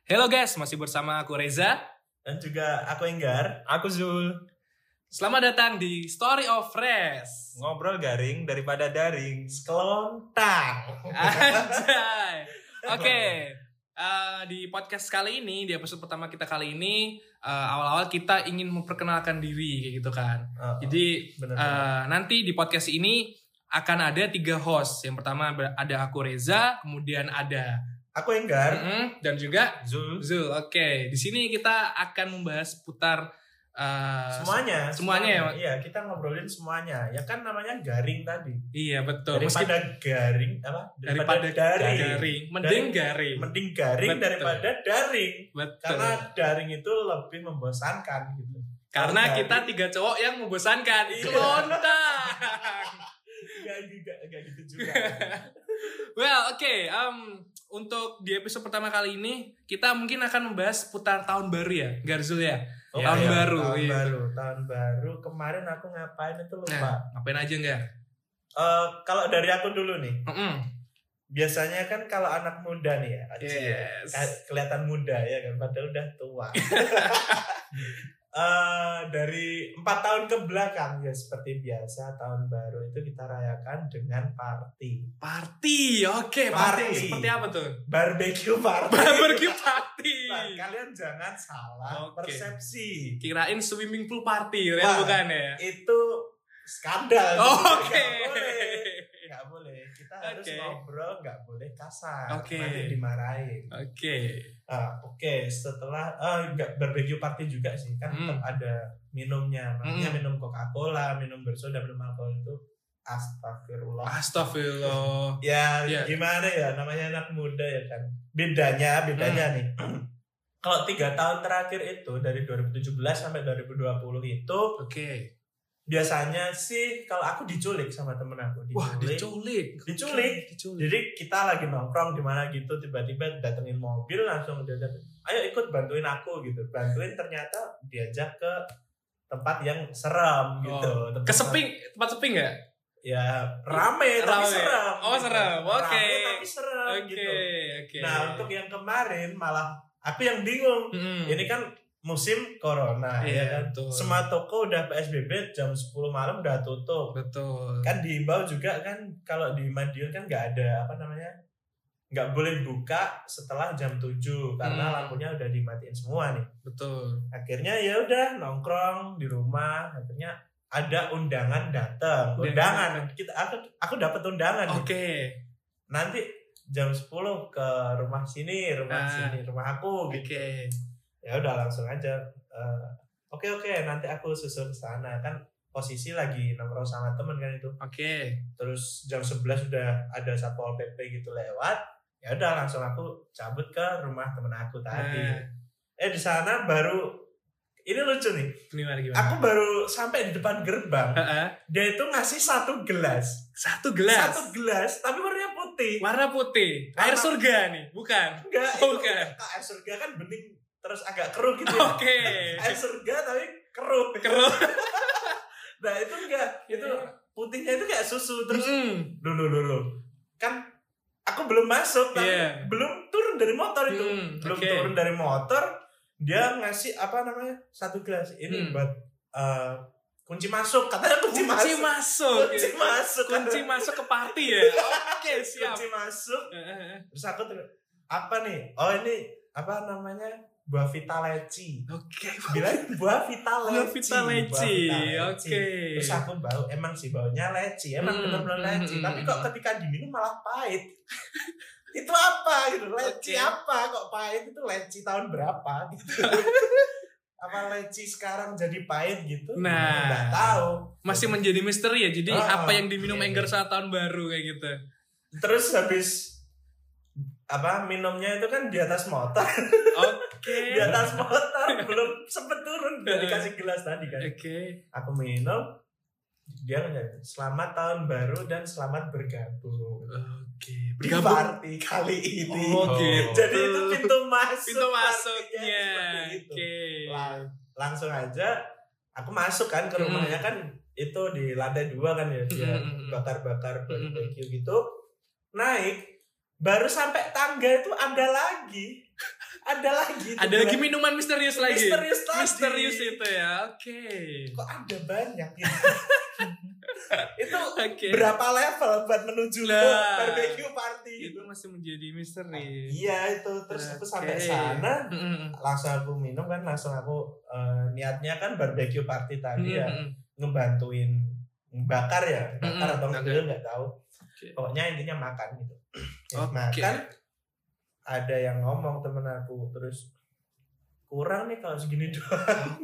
Hello guys, masih bersama aku Reza. Dan juga aku Enggar. Aku Zul. Selamat datang di Story of Fresh. Ngobrol garing daripada daring. Selontang. Anjay. Oke. Di podcast kali ini, di episode pertama kita kali ini, awal-awal kita ingin memperkenalkan diri kayak gitu kan. Jadi nanti di podcast ini akan ada 3 host. Yang pertama ada aku Reza, kemudian ada Aku Enggar. dan juga Zul. Oke. Di sini kita akan membahas putar semuanya ya. Iya, kita ngobrolin semuanya. Ya kan namanya garing tadi. Iya betul. Daripada garing apa? Daripada daring. Mending garing. Mending garing Betul. daripada daring. Betul. Karena daring itu lebih membosankan gitu. Karena Kalau kita garing, 3 cowok yang membosankan. Iya. Lontang. Enggak gitu juga. Well, oke. Untuk di episode pertama kali ini kita mungkin akan membahas putar tahun baru ya, Garzul ya. Tahun Iya, baru. Tahun Iya. baru. Tahun baru. Kemarin aku ngapain itu lupa. Nah, ngapain aja enggak? Kalau dari aku dulu nih. Mm-mm. Biasanya kan kalau anak muda nih ya, Yes. kelihatan muda ya kan, padahal udah tua. Dari 4 tahun ke belakang ya seperti biasa tahun baru itu kita rayakan dengan party. Party. Oke, party. Party. Seperti apa tuh? Barbecue party. Barbecue party. Nah, kalian jangan salah Oke. persepsi. Kirain swimming pool party, Wah, bukan ya? Itu skandal. Oke. Nggak boleh. Kita harus Oke. ngobrol, nggak boleh kasar. Oke. Nanti dimarahin. Oke. Oke, setelah nggak barbecue party juga sih kan tetap ada minumnya, makanya minum Coca-Cola, minum bersoda, minum alkohol itu astagfirullah. Astagfirullah. Ya Ya. gimana ya namanya anak muda ya kan. Bedanya nih. Kalau 3 tahun terakhir itu dari 2017 sampai 2020 itu Oke. biasanya sih kalau aku diculik sama temen aku. Wah, diculik. Diculik. Jadi kita lagi nongkrong di mana gitu, tiba-tiba datengin mobil langsung dia dateng, ayo ikut bantuin aku gitu. Bantuin ternyata diajak ke tempat yang serem gitu. Tempat sepi nggak? Ya rame tapi serem. Oh, gitu. serem. Oke. Rame tapi serem gitu. Oke. Nah untuk yang kemarin malah aku yang bingung. Ini kan musim corona Iya, ya kan. betul. Semua toko udah PSBB jam 10 malam udah tutup. Betul. Kan diimbau juga kan kalau di Madiun kan nggak ada nggak boleh buka setelah jam 7 karena lampunya udah dimatiin semua nih. Betul. Akhirnya ya udah nongkrong di rumah. Akhirnya ada undangan datang. Aku dapat undangan nih. Oke. Nanti jam 10 ke rumah sini, rumah aku gitu. Oke. Ya udah langsung aja. Oke, nanti aku susul ke sana kan. Posisi lagi nongkrong sama temen kan itu. Oke. Terus jam 11 udah ada Satpol PP gitu lewat. Ya udah langsung aku cabut ke rumah temen aku tadi. Di sana baru ini lucu nih. Gimana? Aku baru sampai di depan gerbang. Dia itu ngasih 1 gelas. Satu gelas. 1 gelas tapi warnanya putih. Warna putih. Air surga nih, bukan? Enggak, Bukan. air surga kan bening terus agak keruh gitu. Oke. Air surga tapi keruh. Nah, itu enggak. Itu putihnya itu kayak susu terus. Dulu. Kan aku belum masuk tapi belum turun dari motor itu. Turun dari motor, dia ngasih 1 gelas. Ini buat kunci masuk. Katanya kunci masuk ke party ya. Oke, siap. Kunci masuk. Terus aku apa nih? Oh, ini buah vita leci. Oke. Bilang buah vita leci. Oke. Terus aku emang sih baunya leci, emang benar-benar leci. Tapi kok ketika diminum malah pahit. Itu apa gitu? Leci apa kok pahit? Itu leci tahun berapa gitu. Apa leci sekarang jadi pahit gitu? Nah, nggak tahu. Masih menjadi misteri ya. Jadi apa yang diminum Enggar saat tahun baru kayak gitu. Terus habis minumnya itu kan di atas motor. Oke. Di atas motor belum sempet turun udah dikasih gelas tadi kan. Oke. Aku minum, dia nanya selamat tahun baru dan selamat bergabung. Oke. Di party kali ini. Gitu. Jadi itu pintu masuknya. Oke. Langsung aja aku masuk kan ke rumahnya kan itu di lantai 2 kan ya dia bakar-bakar barbecue gitu. Naik baru sampai tangga itu ada lagi ada lagi. Ada lagi minuman misterius lagi. Misterius itu ya. Oke. Kok ada banyak ya? Itu berapa level buat menuju ke barbecue party itu masih menjadi misteri. Iya itu terus aku sampai sana langsung aku minum kan langsung aku niatnya kan barbecue party tadi ya ngebantuin bakar atau grill nggak tahu. Pokoknya intinya makan gitu. Makan ada yang ngomong temen aku terus kurang nih kalau segini doang.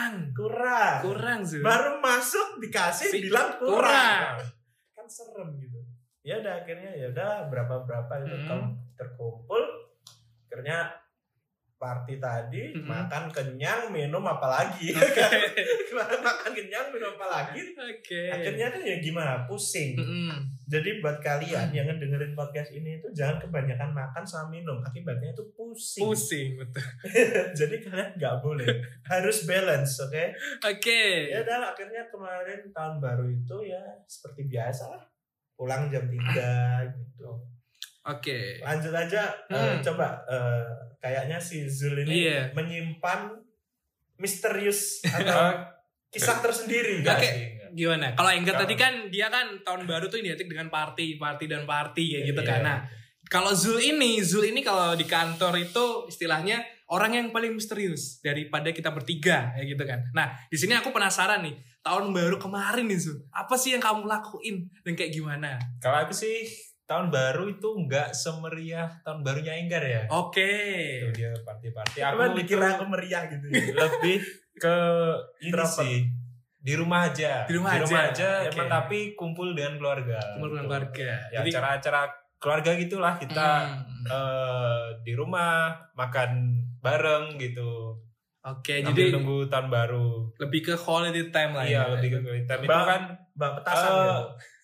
Kurang sih. Baru masuk dikasih bilang kurang. Kan serem gitu. Ya udah akhirnya ya udah berapa itu terkumpul. Akhirnya party tadi makan kenyang minum apa lagi. Makan kenyang minum apa lagi. Akhirnya kan ya gimana pusing. Jadi buat kalian yang dengerin podcast ini itu jangan kebanyakan makan sama minum, akibatnya itu pusing betul. Jadi kalian nggak boleh, harus balance, oke? Okay? Ya udah akhirnya kemarin tahun baru itu ya seperti biasa lah, pulang jam 3 gitu. Oke. Lanjut aja, coba kayaknya si Zul ini menyimpan misterius atau kisah tersendiri. Oke. Gimana? Kalau Enggar tadi kan dia kan tahun baru tuh identik dengan party kayak gitu kan. Nah, kalau Zul ini kalau di kantor itu istilahnya orang yang paling misterius daripada kita bertiga kayak gitu kan. Nah, di sini aku penasaran nih, tahun baru kemarin nih Zul, apa sih yang kamu lakuin dan kayak gimana? Kalau aku sih tahun baru itu nggak semeriah tahun barunya Enggar ya. Oke. Itu dia party. Aku dikira aku meriah gitu. Lebih ke ini sih. Di rumah aja. Emang tapi kumpul dengan keluarga. Ya, jadi acara-acara keluarga gitulah kita di rumah makan bareng gitu. Oke, jadi nunggu tahun baru. Lebih ke quality time lah. Iya, lebih ke quality time. Itu kan petasan gitu.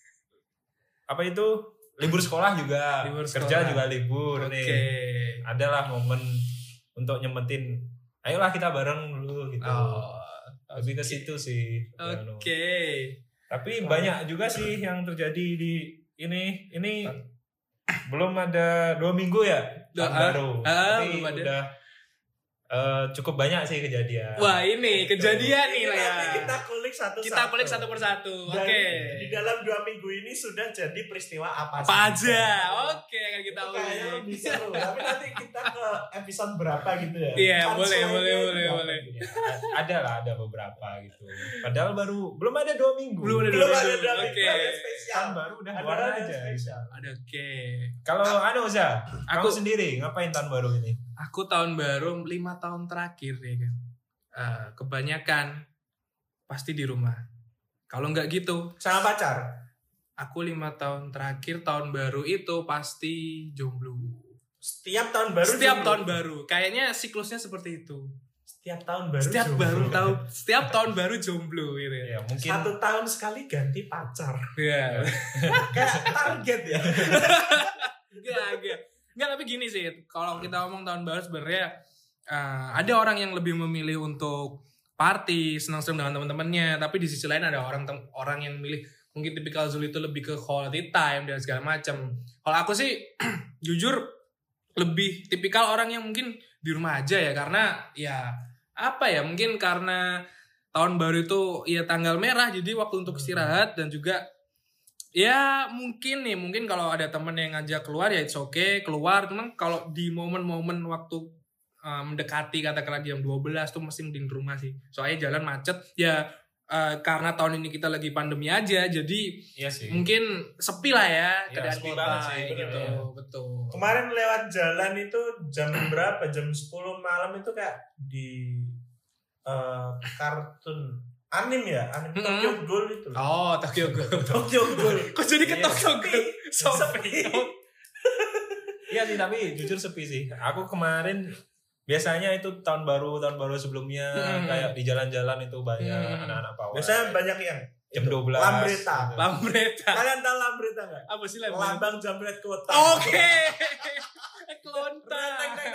Apa itu? Libur sekolah juga. Kerja juga libur nih. Adalah momen untuk nyemetin. Ayolah kita bareng dulu gitu. Lebih ke situ sih. Tapi banyak juga sih yang terjadi di ini belum ada 2 minggu ya tahun baru. Tapi udah cukup banyak sih kejadian. Wah ini kejadian nih lah ya. Kita kulik satu persatu. Oke. Di dalam 2 minggu ini sudah jadi peristiwa apa aja. Oke, akan kita ulik. Kayaknya lebih seru. Tapi nanti kita ke episode berapa gitu ya. Iya, boleh. Ada beberapa gitu. Padahal belum ada 2 minggu. Belum ada 2 minggu. Oke. Tahun baru udah keluar aja. Ada oke. Kalau Uza, aku sendiri ngapain tahun baru ini? Aku tahun baru 5 tahun terakhir ya kan. Kebanyakan pasti di rumah. Kalau nggak gitu sama pacar. Aku 5 tahun terakhir tahun baru itu pasti jomblo. Setiap tahun baru. Kayaknya siklusnya seperti itu. Setiap tahun baru. Setiap tahun baru jomblo gitu ya. Mungkin 1 tahun sekali ganti pacar. Iya. Kayak target ya. Enggak, tapi gini sih, kalau kita ngomong tahun baru sebenarnya ada orang yang lebih memilih untuk party, senang-senang dengan teman-temannya, tapi di sisi lain ada orang yang milih mungkin tipikal Zul itu lebih ke quality time dan segala macam. Kalau aku sih jujur lebih tipikal orang yang mungkin di rumah aja ya, karena ya apa ya, mungkin karena tahun baru itu ya tanggal merah, jadi waktu untuk istirahat dan juga ya mungkin kalau ada temen yang ngajak keluar ya it's okay keluar, cuman kalau di momen-momen waktu mendekati katakanlah jam 12 tuh mesti mending di rumah sih, soalnya jalan macet ya. Karena tahun ini kita lagi pandemi aja, jadi iya sih, mungkin sepi lah ya keadaan sepi kota sih, gitu ya. Betul. Kemarin lewat jalan itu jam berapa, jam 10 malam itu kayak di kartun anime Tokyo Ghoul itu. Oh, Tokyo Ghoul. Kok jadi ke Tokyo Ghoul? Sepi. Iya sih, tapi jujur sepi sih. Aku kemarin biasanya itu tahun baru sebelumnya kayak di jalan-jalan itu banyak anak-anak pawai. Biasanya banyak yang jam 12. Lambreta. Kalian tahu Lambreta enggak? Apa sih Lambang Jambret Kota. Oke. Klonta.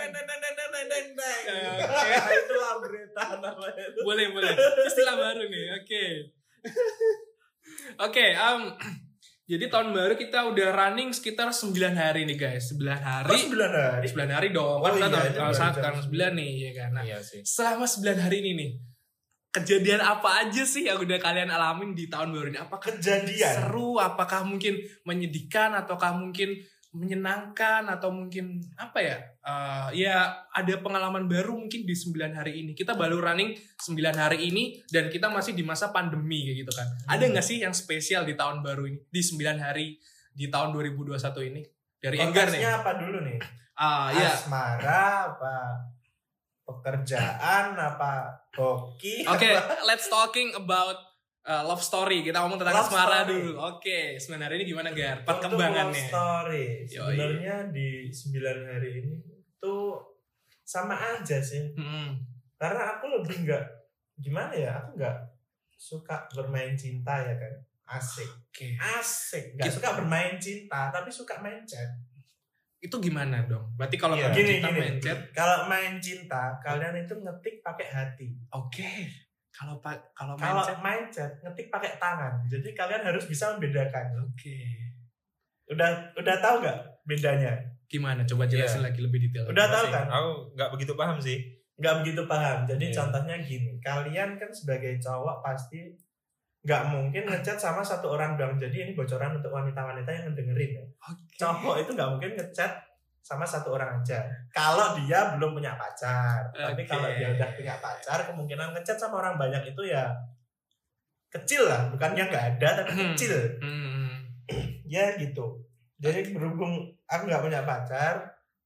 Itu Lambreta namanya itu. Boleh. Istilah baru nih. Oke. Jadi tahun baru kita udah running sekitar 9 hari nih guys. 9 hari. 9 hari? 9 hari dong. Kan kita sekarang 9 nih ya kan. Nah, iya sih. selama 9 hari ini nih, kejadian apa aja sih yang udah kalian alamin di tahun baru ini? Apakah kejadian seru? Apakah mungkin menyedihkan? Ataukah mungkin menyenangkan? Atau mungkin apa ya? Ya ada pengalaman baru mungkin di 9 hari ini. Kita baru running 9 hari ini dan kita masih di masa pandemi kayak gitu kan. Ada nggak sih yang spesial di tahun baru ini? Di 9 hari di tahun 2021 ini? Dari Enggar nih. Konteksnya apa dulu nih? Ya. Asmara apa? Pekerjaan apa? Hoki? Oke, let's talking about love story. Kita ngomong tentang asmara dulu. Oke, 9 hari ini gimana Gar? Perkembangannya. Love story. Sebenarnya di 9 hari ini tuh sama aja sih. Karena aku lebih enggak gimana ya? Aku enggak suka bermain cinta ya kan. Asik. Asik. Enggak suka bermain cinta, tapi suka main chat. Itu gimana dong? Berarti kalau main chat, kalau main cinta kalian itu ngetik pakai hati. Oke. Kalau main chat ngetik pakai tangan. Jadi kalian harus bisa membedakan. Oke. Udah tahu nggak bedanya? Gimana? Coba jelasin lagi lebih detail. Udah tahu kan? Aku nggak begitu paham sih. Nggak begitu paham. Jadi contohnya gini, kalian kan sebagai cowok pasti nggak mungkin ngechat sama satu orang doang. Jadi ini bocoran untuk wanita-wanita yang dengerin ya. Cowok itu nggak mungkin ngechat sama satu orang aja. Kalau dia belum punya pacar. Tapi kalau dia udah punya pacar, kemungkinan ngechat sama orang banyak itu ya kecil lah. Bukannya nggak ada, tapi kecil. Ya gitu. Jadi berhubung aku nggak punya pacar.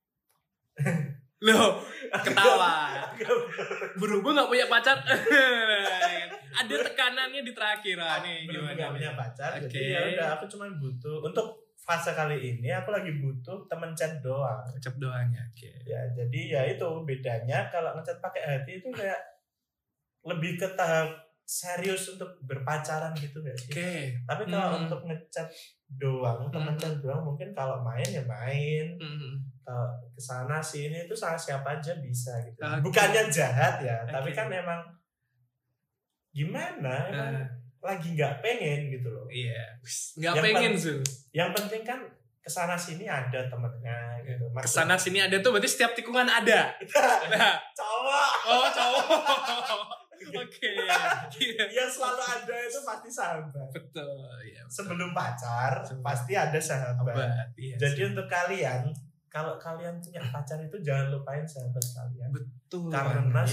Loh, ketawa. Berhubung nggak punya pacar. Ada tekanannya di terakhir nih. Berhubung nggak punya pacar. Jadi ya udah aku cuma butuh untuk fase kali ini aku lagi butuh temen chat doang. Chat doang ya. Ya jadi ya itu bedanya kalau ngechat pakai hati itu kayak lebih ke tahap serius untuk berpacaran gitu gak sih? Tapi kalau untuk ngechat doang, temen chat doang mungkin kalau main ya main. Kalau kesana sini itu sama siapa aja bisa gitu. Bukannya jahat ya, tapi kan emang gimana? Lagi nggak pengen gitu loh. Iya. Nggak pengen Zul. Yang penting kan kesana sini ada temennya gitu. Kesana sini ada tuh berarti setiap tikungan ada. Nah, cowok. Oh cowok. Oke. Yang selalu ada itu pasti sahabat. Betul. Ya, sebelum pacar pasti ada sahabat. Iya, jadi untuk kalian, kalau kalian punya pacar itu jangan lupain sahabat kalian. Betul. Karena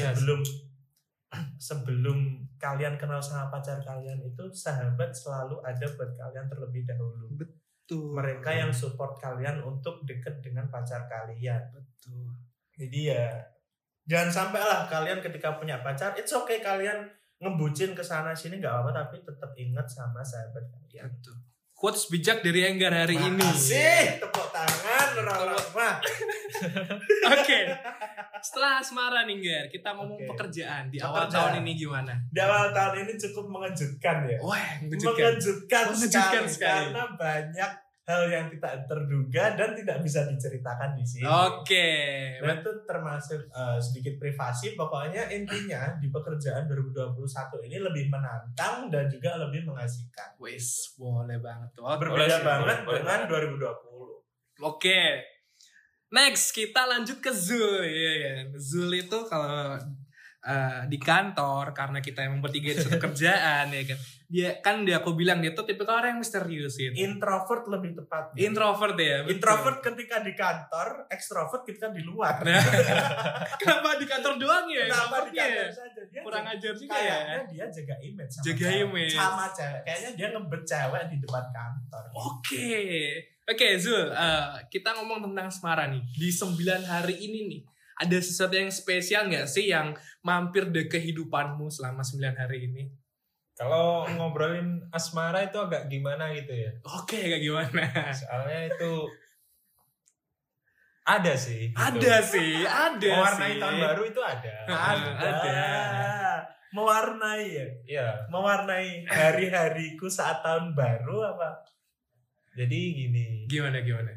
sebelum kalian kenal sama pacar kalian itu sahabat selalu ada buat kalian terlebih dahulu. Betul. Mereka yang support kalian untuk deket dengan pacar kalian. Betul. Jadi ya jangan sampai lah kalian ketika punya pacar, it's okay kalian ngebucin ke sana sini nggak apa-apa, tapi tetap ingat sama sahabat kalian. Betul. Quotes bijak dari Enggar hari ini. Makasih, tepuk tangan orang-orang. Oke. Setelah asmara nih Enggar, kita ngomong pekerjaan. Di awal tahun ini gimana? Di awal tahun ini cukup mengejutkan ya. Wah, mengejutkan sekali. Karena banyak banyak hal yang tidak terduga dan tidak bisa diceritakan di sini. Dan itu termasuk sedikit privasi. Pokoknya intinya di pekerjaan 2021 ini lebih menantang dan juga lebih mengasihkan. Wis, boleh banget tuh. Berbeda banget dengan 2020. Oke. Next, kita lanjut ke Zul. Zul itu kalau di kantor, karena kita yang bertiga di satu kerjaan ya kan, aku bilang dia tuh tipikal orang yang misterius gitu. Introvert lebih tepat. Introvert ya. Betul. Introvert ketika di kantor, ekstrovert ketika di luar. Kenapa di kantor doang ya? Kenapa di kantor saja? Dia kurang ajar juga ya. Kayaknya dia jaga image sama jaga cewek. Image sama cewek. Kayaknya dia ngebet cewek di depan kantor. Oke, Zul, kita ngomong tentang asmara nih. Di 9 hari ini nih, ada sesuatu yang spesial nggak sih yang mampir di kehidupanmu selama 9 hari ini? Kalau ngobrolin asmara itu agak gimana gitu ya? Oke, agak gimana? Soalnya itu ada sih. Gitu. Ada mewarnai sih. Tahun baru itu ada. Mewarnai ya? Iya. Mewarnai hari-hariku saat tahun baru apa? Jadi gini. Gimana?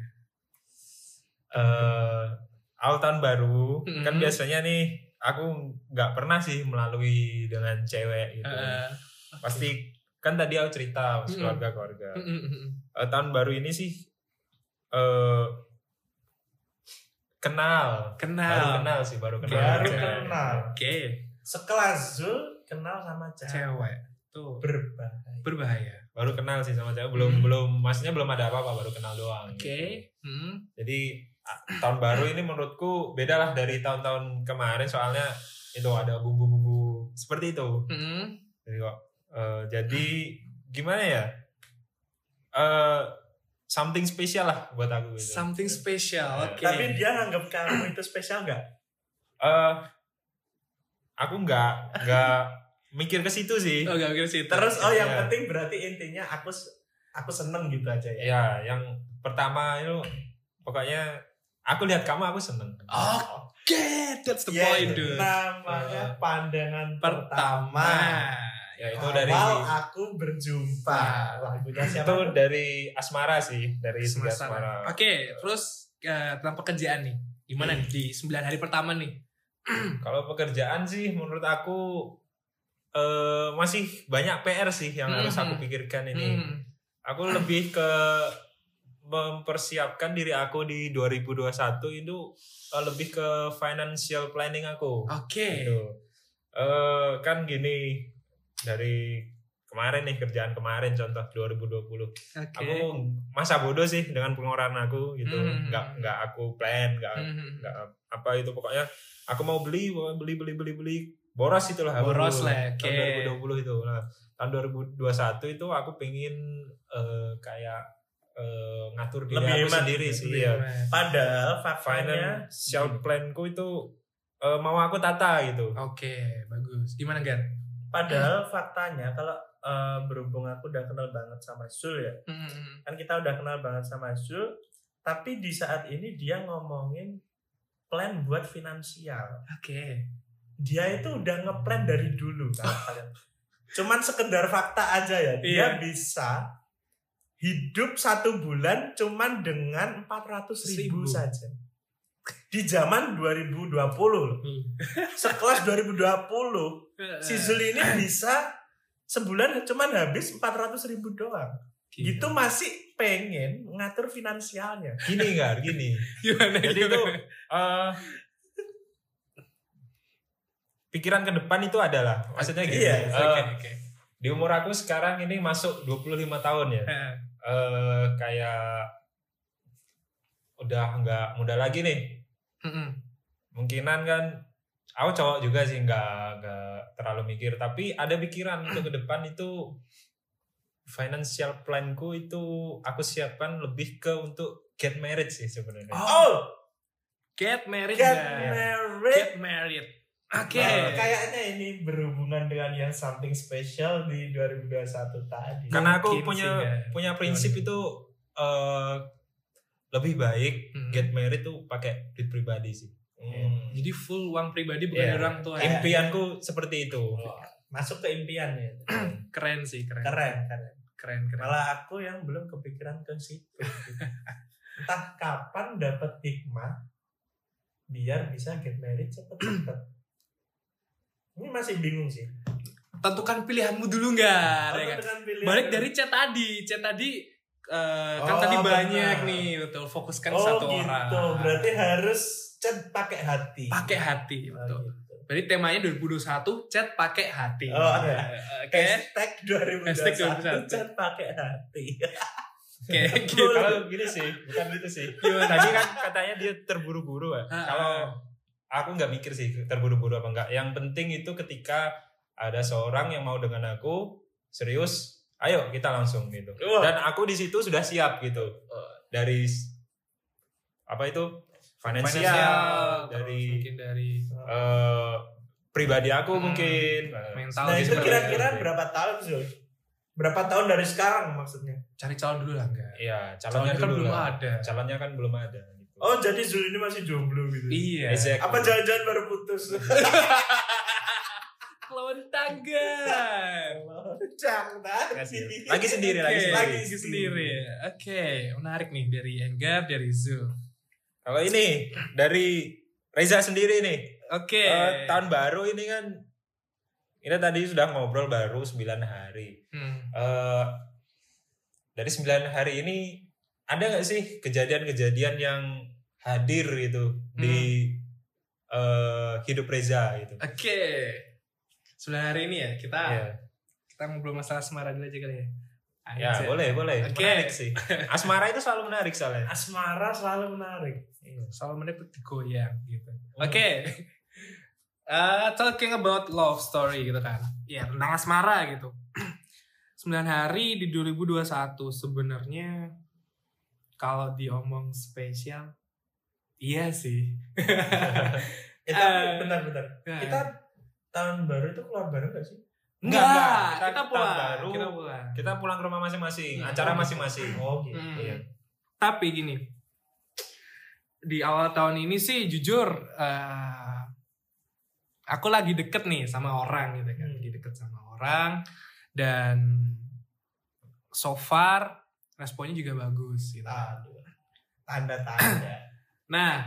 Awal tahun baru kan biasanya nih aku nggak pernah sih melalui dengan cewek gitu. Pasti kan tadi aku cerita keluarga. Tahun baru ini sih kenal. Baru kenal. Oke. Sekelas Zul kenal sama cewek. Tuh. Berbahaya. Baru kenal sih sama cewek. Belum maksudnya belum ada apa-apa, baru kenal doang. Oke. Gitu. Jadi tahun baru ini menurutku beda lah dari tahun-tahun kemarin, soalnya itu ada bumbu-bumbu seperti itu. Jadi gimana ya? Something spesial lah buat aku gitu. Something spesial. Oke. Tapi dia nganggap kamu itu spesial nggak? Aku nggak mikir ke situ sih. Oh, nggak mikir ke situ. Terus yang penting berarti intinya aku seneng gitu aja ya. Ya, yang pertama itu pokoknya aku lihat kamu aku seneng. Oke, that's the point, dude. Namanya pandangan pertama. Ya itu dari aku berjumpa. Lagunya siapa? Itu dari Asmara sih, dari Asmara. Oke, terus tentang pekerjaan nih. Gimana nih di 9 hari pertama nih? Kalau pekerjaan sih menurut aku masih banyak PR sih yang harus aku pikirkan ini. Aku lebih ke mempersiapkan diri aku di 2021 itu lebih ke financial planning aku. Oke. Gitu. Kan gini, dari kemarin nih, kerjaan kemarin contoh 2020. Aku masa bodoh sih dengan pengeluaran aku gitu. Nggak aku plan, nggak apa itu, pokoknya aku mau beli boros itulah. Boros lah. Tahun 2020 itu. Nah, tahun 2021 itu aku pengen kayak ngatur diri aku sendiri sih ya. Padahal faktanya financial planku itu mau aku tata gitu. Oke, bagus. Gimana Gar? Padahal faktanya kalau berhubung aku udah kenal banget sama Zul ya, kan kita udah kenal banget sama Zul, tapi di saat ini dia ngomongin plan buat finansial. Oke. Dia itu udah ngeplan dari dulu kan. Cuman sekedar fakta aja ya, dia bisa hidup 1 bulan cuman dengan 400.000 saja. Di zaman 2020 sekelas 2020 si Zul ini bisa sebulan cuman habis 400.000 doang. Gitu masih pengen ngatur finansialnya. Gini. Gimana? Jadi itu pikiran ke depan itu adalah maksudnya gitu. Okay. Di umur aku sekarang ini masuk 25 tahun ya. Kayak udah nggak muda lagi nih. Mungkinan kan aku cowok juga sih, nggak terlalu mikir, tapi ada pikiran untuk ke depan itu financial planku itu aku siapkan lebih ke untuk get married sih sebenarnya. Get married. Oke. Kayaknya ini berhubungan dengan yang something special di 2021 tadi. Karena aku punya prinsip itu lebih baik get married tuh pakai duit pribadi sih. Jadi full uang pribadi bukan orang tua. Impianku seperti itu. Masuk ke impian ya. Keren sih, keren. Malah aku yang belum kepikiran ke situ. Entah kapan dapat hikmah biar bisa get married cepet-cepet. Ini masih bingung sih. Tentukan pilihanmu dulu enggak? Balik dari chat tadi kan tadi banyak nih, betul. Fokuskan satu orang. Berarti harus chat pakai hati. Betul. Gitu. Berarti temanya 2021 chat pakai hati. Hashtag 2021 chat pakai hati. Gitu. Kalau gini sih, bukan gitu sih. Tadi kan katanya dia terburu-buru ya. Kalau aku nggak mikir sih terburu-buru apa enggak. Yang penting itu ketika ada seorang yang mau dengan aku serius, ayo kita langsung gitu. Dan aku di situ sudah siap gitu. Dari apa itu finansial, dari pribadi aku mungkin mental. Nah itu kira-kira berapa tahun sih? Berapa tahun dari sekarang maksudnya? Cari calon dulu lah enggak? Iya, calonnya kan dulu belum lah. ada. Calonnya kan belum ada. Gitu. Oh jadi Zul ini masih jomblo gitu? Iya. Exactly. Apa jangan-jangan baru putus? Lontanggan. Lagi sendiri. Oke, menarik nih dari Enggar, dari Zul. Kalau ini dari Reza sendiri nih. Oke. Tahun baru ini kan Ini tadi sudah ngobrol baru 9 hari. Dari 9 hari ini ada nggak sih kejadian-kejadian yang hadir gitu di hidup Reza gitu? Oke. 9 hari ini ya kita ngobrol masalah asmara dulu aja kali ya. Ya boleh. Menarik sih. Asmara itu selalu menarik soalnya. Asmara selalu menarik. Selalu menarik digoyang gitu. Oke. Talking about love story gitu kan. Ya tentang asmara gitu. 9 hari di 2021 sebenarnya kalau diomong spesial, iya sih. Tapi bentar. Kita tahun baru itu keluar bareng gak sih? Enggak. Kita pulang. Kita pulang ke rumah masing-masing. Acara masing-masing. Oh gitu. Tapi gini, di awal tahun ini sih jujur, aku lagi deket nih sama orang gitu kan. Lagi deket sama orang. Dan so far responnya juga bagus gitu. Aduh, tanda-tanda. Nah,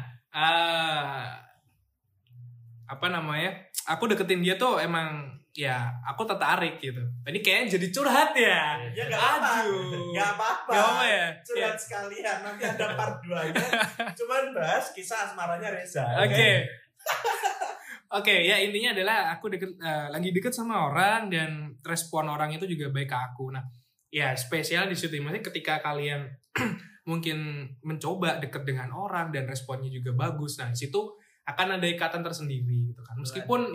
aku deketin dia tuh emang ya aku tertarik gitu. Ini kayaknya jadi curhat ya. Ya nggak apa-apa. Gak apa ya. Curhat sekalian. Nanti ada part 2-nya. Cuman bahas kisah asmaranya Reza. Oke, ya intinya adalah aku lagi deket sama orang dan respon orang itu juga baik ke aku. Nah, ya spesial di situ maksudnya ketika kalian mungkin mencoba deket dengan orang dan responnya juga bagus. Nah, di situ akan ada ikatan tersendiri gitu kan. Meskipun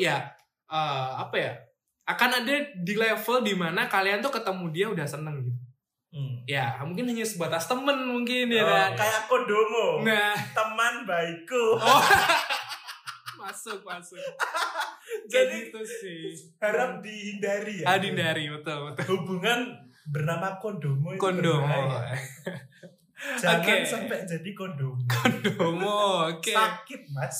akan ada di level dimana kalian tuh ketemu dia udah seneng gitu. Ya, mungkin hanya sebatas temen mungkin ya kan. Kayak Kodomo. Nah, teman baikku. Masuk. Jadi gitu sih. Harap dihindari ya. Dihindari, betul. Hubungan bernama Kodomo itu Kondomo. Jangan sampai jadi Kodomo. Oke. Sakit, Mas.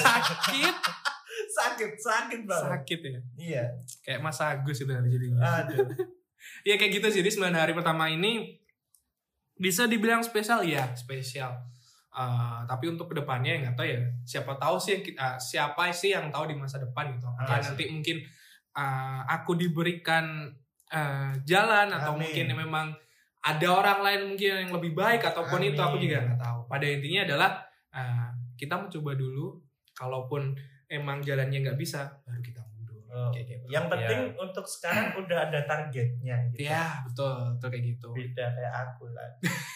Sakit banget. Sakit ya? Iya. Kayak Mas Agus itu nanti jadinya. Aduh. Ya kayak gitu sih, di 9 hari pertama ini bisa dibilang spesial ya, spesial. Tapi untuk kedepannya nggak tahu ya. Siapa tahu sih siapa sih yang tahu di masa depan gitu. Nanti mungkin aku diberikan jalan atau mungkin memang ada orang lain mungkin yang lebih baik ataupun itu aku juga nggak tahu. Pada intinya adalah kita mencoba dulu. Kalaupun emang jalannya nggak bisa, baru kita mundur. Kayak gitu. Yang penting untuk sekarang udah ada targetnya. Gitu. Ya betul kayak gitu. Beda kayak aku lah.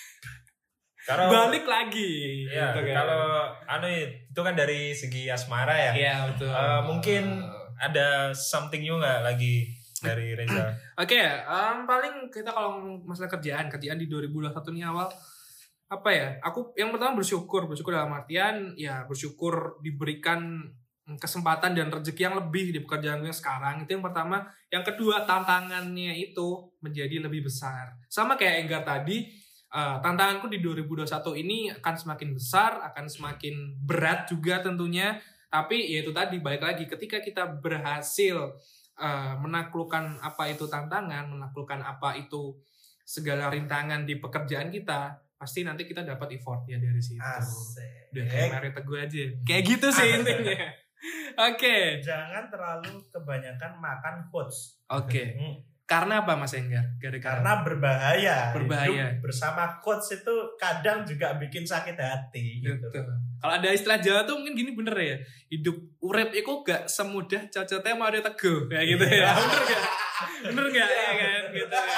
Balik lagi ya, gitu kan. Kalau itu kan dari segi asmara ya. Iya betul. Mungkin ada something new nggak lagi dari Reza? Oke, paling kita kalau masalah kerjaan di 2021 ini awal apa ya? Aku yang pertama bersyukur dalam artian ya bersyukur diberikan kesempatan dan rezeki yang lebih di pekerjaan gue sekarang. Itu yang pertama. Yang kedua, tantangannya itu menjadi lebih besar. Sama kayak Enggar tadi. Tantanganku di 2021 ini akan semakin besar, akan semakin berat juga tentunya. Tapi ya itu tadi, balik lagi ketika kita berhasil menaklukkan apa itu tantangan, menaklukkan apa itu segala rintangan di pekerjaan kita, pasti nanti kita dapat effortnya dari situ. Udah kayak Mario Teguh aja. Kayak gitu sih intinya. Oke. Jangan terlalu kebanyakan makan quotes. Oke. Karena apa Mas Enggar? Karena berbahaya. Hidup bersama quotes itu kadang juga bikin sakit hati. Gitu. Kalau ada istilah Jawa tuh mungkin gini bener ya. Hidup urip itu gak semudah cocoknya Mario Teguh. Kayak gitu ya. Bener gak? Ya kan? Gitu ya.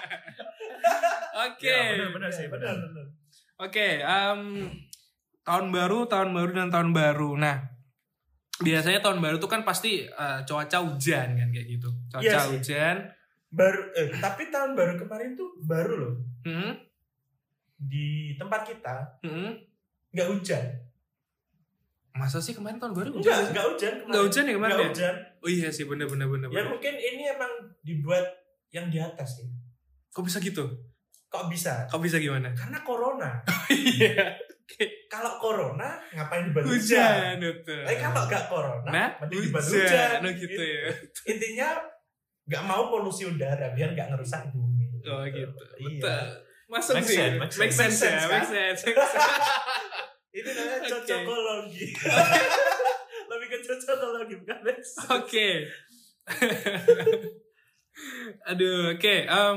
Oke. Bener sih. Bener. Oke. Tahun baru dan tahun baru. Nah. Biasanya tahun baru tuh kan pasti cuaca hujan kan kayak gitu. Cuaca hujan. Tapi tahun baru kemarin tuh baru loh. Di tempat kita nggak hujan. Masa sih kemarin tahun baru hujan? Nggak hujan. Nggak hujan ya kemarin? Nggak hujan. Oh iya sih bener. Ya mungkin ini emang dibuat yang di atas ya. Kok bisa gitu? Kok bisa gimana? Karena corona. Iya. Kalau corona ngapain dibuat hujan? Kalau nggak corona, mending dibuat hujan. Gitu ya. Intinya nggak mau polusi udara biar nggak ngerusak bumi. Oh gitu. Iya. Masuk sih. Make sense. Ini namanya cocokologi. Lebih ke cocokologi bukan make sense. Oke. Aduh, oke.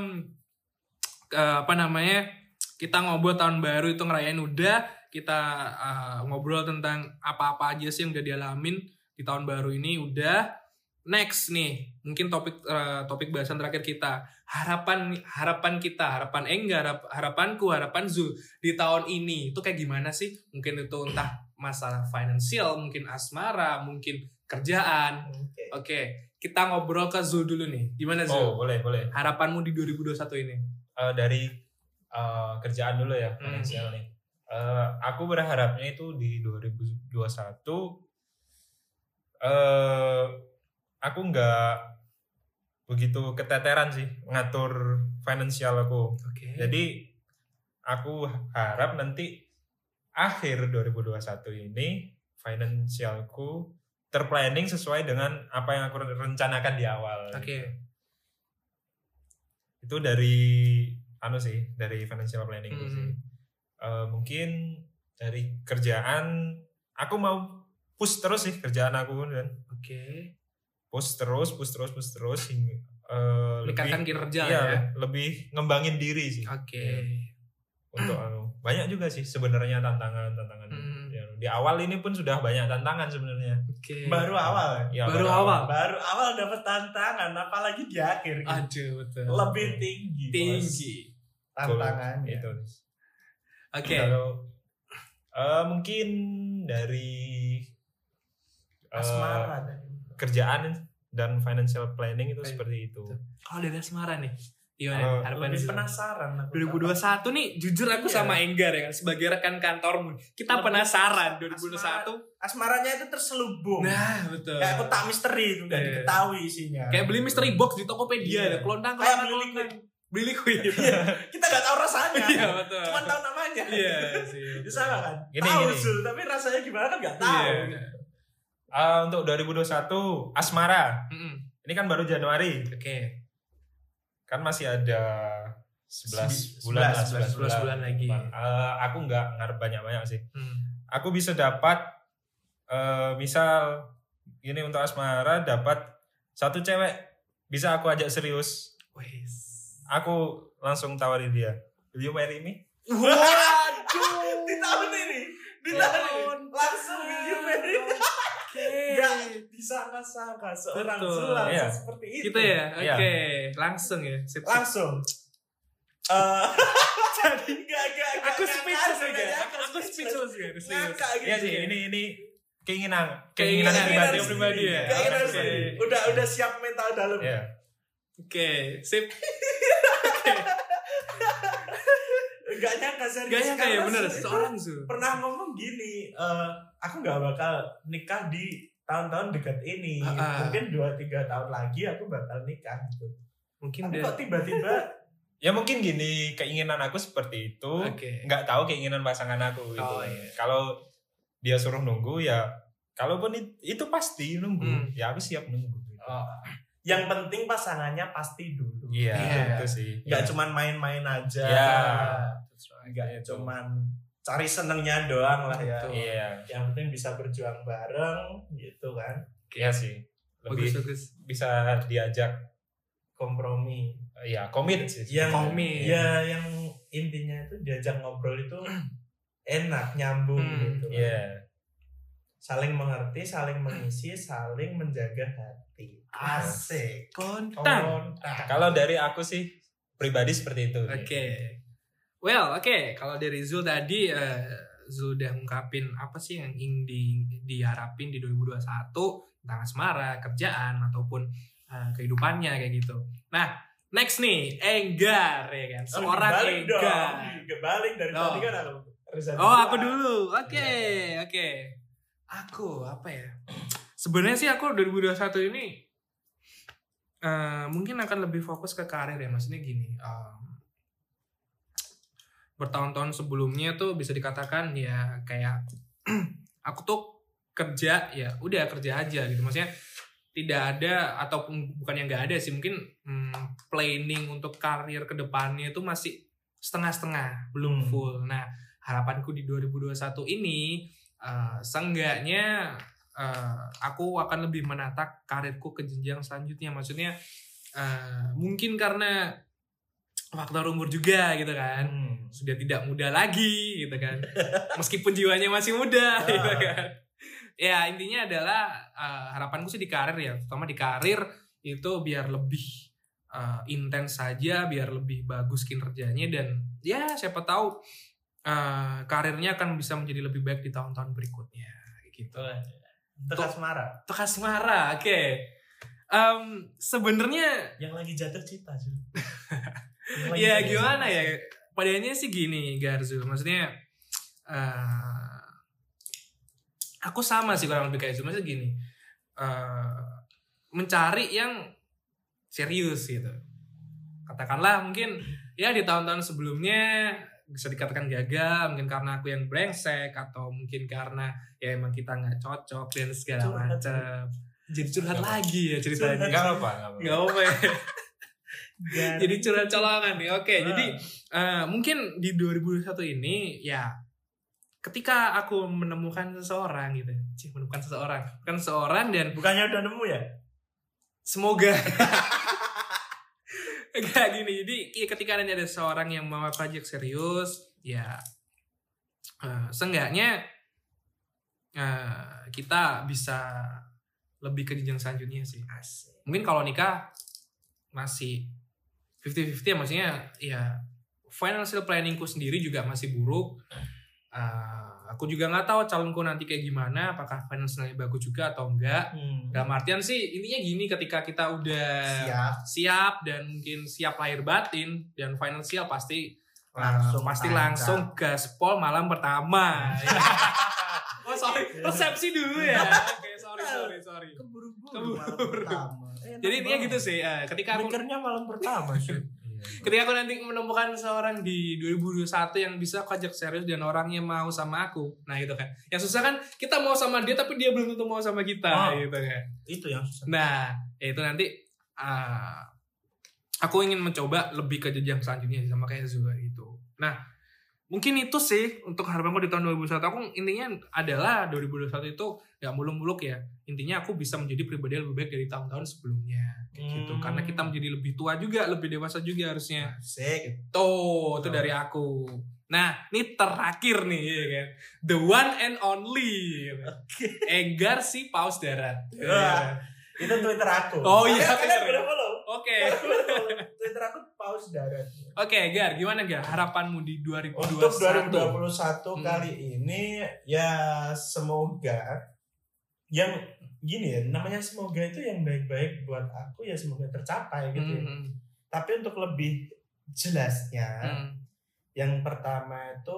Apa namanya? Kita ngobrol tahun baru itu ngerayain udah. Kita ngobrol tentang apa-apa aja sih yang udah dialamin di tahun baru ini udah. Next nih, mungkin topik bahasan terakhir kita. Harapan kita, harapan Enggar, harapanku, harapan Zul di tahun ini itu kayak gimana sih? Mungkin itu entah masalah finansial, mungkin asmara, mungkin kerjaan. Oke. Kita ngobrol ke Zul dulu nih. Gimana Zul? Boleh. Harapanmu di 2021 ini? Dari kerjaan dulu ya, finansial nih. Aku berharapnya itu di 2021 aku nggak begitu keteteran sih ngatur finansial aku. Jadi aku harap nanti akhir 2021 ini finansialku terplanning sesuai dengan apa yang aku rencanakan di awal. Itu dari dari financial planning itu sih. Mungkin dari kerjaan aku mau push terus sih kerjaan aku kan. Push terus hingga meningkatkan kinerja ya. Lebih ngembangin diri sih. Untuk banyak juga sih sebenarnya tantangan. Ya, di awal ini pun sudah banyak tantangan sebenarnya. Baru awal. Ya, baru awal dapat tantangan, apalagi di akhir. Aduh, betul. Lebih tinggi. Tantangannya. Itu. Kalau mungkin dari asmara kerjaan dan financial planning itu seperti itu. Kalau dari asmara nih, gimana? Lebih penasaran. 2021 nih, jujur aku sama Enggar ya, sebagai rekan kantormu, kita penasaran 2021. Asmaranya itu terselubung. Nah, betul. Kayak kotak misteri itu nggak diketahui isinya. Kayak beli mystery box di Tokopedia, kelontang. Beli liquid. Kita nggak tahu rasanya. Iya, betul. Cuma tahu namanya. Iya sih. Bisa kan? Tahu Zul, tapi rasanya gimana kan nggak tahu. Untuk 2021 asmara. Ini kan baru Januari. Kan masih ada 11 bulan lagi. Aku nggak ngarep banyak-banyak sih. Aku bisa dapat misal ini untuk asmara dapat satu cewek bisa aku ajak serius. Aku langsung tawarin dia. Will you marry me? Waduh. Di tahun ini. Langsung will you marry me? Gak disangka-sangka seorang Zul seperti itu. Gitu ya? Langsung ya? Langsung. Jadi aku speechless ya. Iya sih, ini keinginan pribadi ya. Udah siap mental dalam. Sip. Gak nyangka ya bener seorang Zul pernah ngomong gini, aku gak bakal nikah di tahun-tahun dekat ini. Mungkin 2-3 tahun lagi aku bakal nikah gitu. Tapi kok tiba-tiba ya mungkin gini, keinginan aku seperti itu. Nggak tahu keinginan pasangan aku gitu. Kalau dia suruh nunggu ya, kalaupun itu pasti nunggu, ya aku siap nunggu gitu. Yang penting pasangannya pasti dulu. Iya, itu sih. Gak cuman main-main aja. Gak cuman cari senengnya doang lah ya. Yang penting bisa berjuang bareng gitu kan. Iya sih. Lebih bagus. Bisa diajak kompromi. Iya, komit sih. Yang intinya itu diajak ngobrol itu enak, nyambung gitu. Iya. Saling mengerti, saling mengisi, saling menjaga hati. Asik. Kontang. Kalau dari aku sih pribadi seperti itu. Kalau dari Zul tadi Zul udah ngungkapin apa sih yang ingin diharapin di 2021 tentang asmara, kerjaan ataupun kehidupannya kayak gitu. Nah, next nih Enggar ya kan. Seorang Enggar. Kebalik dari tadi kan aku. Aku dulu. Oke. Aku apa ya? Sebenarnya sih aku 2021 ini mungkin akan lebih fokus ke karir ya. Maksudnya gini, bertahun-tahun sebelumnya tuh bisa dikatakan ya kayak aku tuh kerja ya udah kerja aja gitu. Maksudnya tidak ada ataupun bukan yang nggak ada sih, mungkin planning untuk karir kedepannya itu masih setengah-setengah, belum full. Nah harapanku di 2021 ini seenggaknya aku akan lebih menata karirku ke jenjang selanjutnya. Maksudnya mungkin karena faktor umur juga gitu kan, sudah tidak muda lagi gitu kan, meskipun jiwanya masih muda gitu kan. Ya intinya adalah harapanku sih di karir ya, terutama di karir itu biar lebih intens saja, biar lebih bagus kinerjanya, dan ya siapa tahu karirnya akan bisa menjadi lebih baik di tahun-tahun berikutnya gitu. Untuk asmara, oke. Sebenarnya yang lagi jatuh cinta sih. Ya gimana ya, padanya sih gini Garzul, maksudnya aku sama sih kurang lebih kayak itu, maksudnya gini, mencari yang serius gitu. Katakanlah mungkin ya di tahun-tahun sebelumnya bisa dikatakan gagal, mungkin karena aku yang brengsek, atau mungkin karena ya emang kita nggak cocok dan segala macam. Jadi curhat lagi ya ceritanya. Nggak apa ya. Jadi curhat colongan nih. Oke, jadi mungkin di 2021 ini ya ketika aku menemukan seseorang gitu. Bukan seseorang dan bukannya udah nemu ya? Semoga. Kayak gini. Jadi ya ketika ada seseorang yang mau project serius, ya seenggaknya kita bisa lebih ke jenjang selanjutnya sih. Mungkin kalau nikah masih 50-50 ya, maksudnya ya financial planningku sendiri juga masih buruk. Aku juga nggak tahu calonku nanti kayak gimana, apakah financialnya bagus juga atau enggak. Dalam artian sih intinya gini, ketika kita udah siap dan mungkin siap lahir batin dan finansial pasti langsung gaspol malam pertama. Oh sorry, resepsi dulu ya. Oke, sorry. Keburu-buru malam pertama. Jadi intinya gitu sih. Ketika aku mikirnya malam pertama sih. Ketika aku nanti menemukan seorang di 2021 yang bisa ajak serius dan orangnya mau sama aku, nah itu kan. Yang susah kan kita mau sama dia tapi dia belum tentu mau sama kita, gitu kan. Itu yang susah. Nah, itu nanti aku ingin mencoba lebih ke jenjang selanjutnya sama kayak Zula itu. Nah, mungkin itu sih untuk harapanku di tahun 2021. Aku intinya adalah 2021 itu gak muluk-muluk ya. Intinya aku bisa menjadi pribadi yang lebih baik dari tahun-tahun sebelumnya. Kayak gitu. Karena kita menjadi lebih tua juga, lebih dewasa juga harusnya. Asik. Itu dari aku. Nah, ini terakhir nih ya kan. The one and only. Enggar si Paus Darat. Itu Twitter aku. Oh iya, kalian boleh follow. Oke. Twitter aku Paus Darat. Oke, Gar, gimana Gar? Harapanmu di 2021? Untuk 2021 kali ini ya semoga yang gini ya, namanya semoga itu yang baik-baik buat aku ya semoga tercapai gitu ya. Tapi untuk lebih jelasnya, yang pertama itu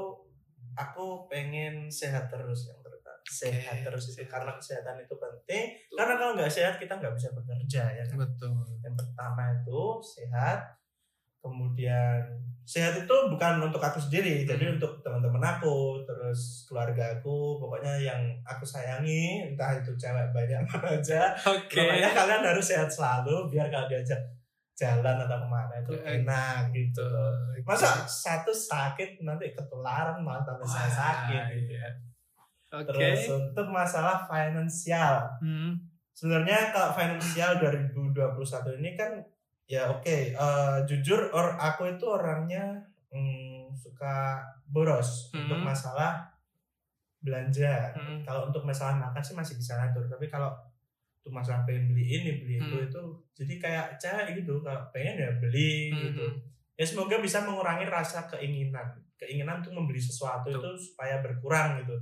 aku pengen sehat terus, yang pertama. Sehat terus itu karena kesehatan itu penting. Karena kalau nggak sehat kita nggak bisa bekerja ya kan? Betul. Yang pertama itu sehat. Kemudian sehat itu bukan untuk aku sendiri, jadi untuk teman-teman aku, terus keluarga aku, pokoknya yang aku sayangi, entah itu cewek banyak mana aja. Pokoknya kalian harus sehat selalu biar kalau diajak jalan atau kemana itu enak gitu. Masa satu sakit nanti ketularan malah tambah saya sakit gitu ya. Terus untuk masalah finansial, sebenarnya kalau finansial 2021 ini kan ya jujur aku itu orangnya suka boros untuk masalah belanja. Kalau untuk masalah makan sih masih bisa ngatur, tapi kalau untuk masalah pengen beli ini beli itu jadi kayak cewek gitu, kalau pengen ya beli gitu. Ya semoga bisa mengurangi rasa keinginan untuk membeli sesuatu itu supaya berkurang gitu,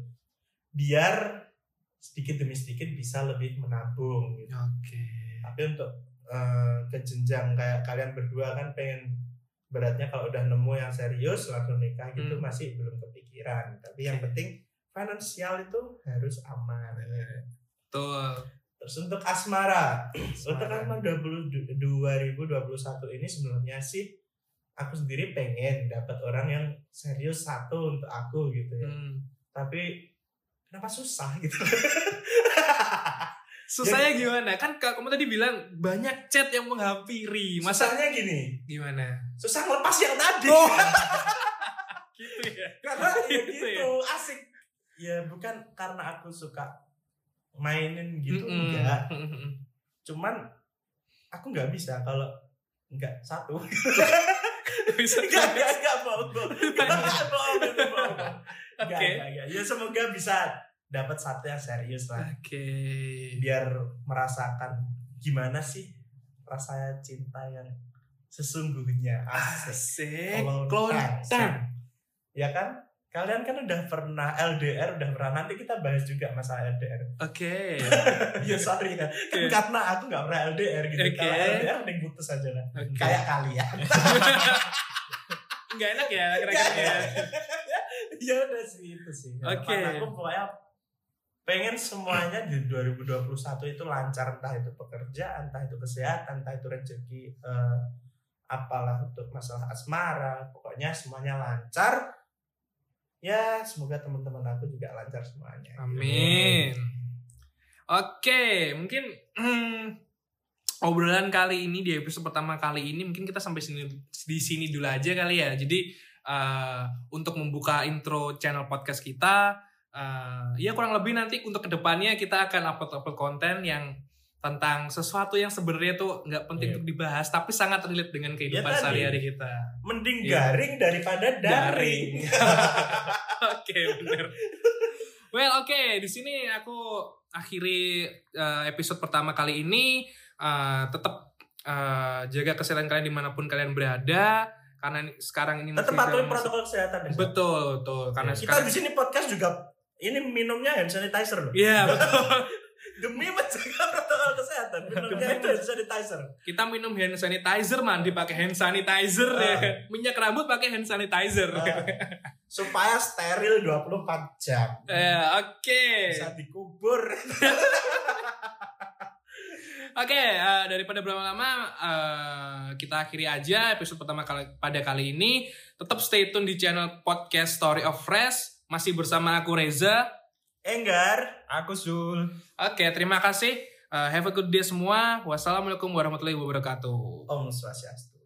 biar sedikit demi sedikit bisa lebih menabung gitu. Tapi untuk ke jenjang kayak kalian berdua kan pengen beratnya kalau udah nemu yang serius langsung nikah gitu masih belum kepikiran. Tapi yang penting finansial itu harus aman. Betul. Terus untuk asmara. Untuk asmara 2021 ini sebenarnya sih aku sendiri pengen dapat orang yang serius satu untuk aku gitu ya. Tapi kenapa susah gitu? Susahnya gimana? Kan kamu tadi bilang banyak chat yang menghampiri. Masanya gini. Gimana? Susah ngelepas yang tadi. Gitu ya. Karena gitu, asik. Ya bukan karena aku suka mainin gitu enggak. Cuman aku nggak bisa kalau nggak satu. Bisa nggak mau. Oke. Ya semoga bisa dapat satu yang serius lah. Oke. Biar merasakan gimana sih rasanya cinta yang sesungguhnya. Asik. Klontang. Ya kan? Kalian kan udah pernah LDR, udah pernah, nanti kita bahas juga masalah LDR. Oke. Ya sorry kan, karena aku nggak pernah LDR gitu. Kalau LDR mending putus aja lah. Kayak kalian. Nggak enak ya kira-kira. Ya udah sih itu sih. Oke. Aku pokoknya pengen semuanya di 2021 itu lancar, entah itu pekerjaan, entah itu kesehatan, entah itu rezeki, apalah untuk masalah asmara, pokoknya semuanya lancar. Ya, semoga teman-teman aku juga lancar semuanya. Amin. Oke, mungkin obrolan kali ini di episode pertama kali ini mungkin kita sampai di sini dulu aja kali ya. Jadi untuk membuka intro channel podcast kita, ya kurang lebih nanti untuk kedepannya kita akan upload konten yang tentang sesuatu yang sebenarnya tuh nggak penting untuk dibahas, tapi sangat relate dengan kehidupan sehari-hari kita. Mending garing daripada daring. Oke, benar. Well, oke, di sini aku akhiri episode pertama kali ini. Tetap jaga kesehatan kalian dimanapun kalian berada, karena sekarang ini tetap patuhi protokol kesehatan. Betul. Karena kita di sini podcast juga ini minumnya hand sanitizer loh. Iya, betul. Demi menjaga protokol kesehatan, minumnya itu hand sanitizer. Kita minum hand sanitizer, mandi pakai hand sanitizer, minyak rambut pakai hand sanitizer. Supaya steril 24 jam. Oke. Bisa dikubur. Oke, daripada berlama-lama kita akhiri aja episode pertama pada kali ini. Tetap stay tune di channel podcast Story of Fresh. Masih bersama aku Reza, Enggar, aku Zul. Oke, terima kasih. Have a good day semua. Wassalamualaikum warahmatullahi wabarakatuh. Om Swastiastu.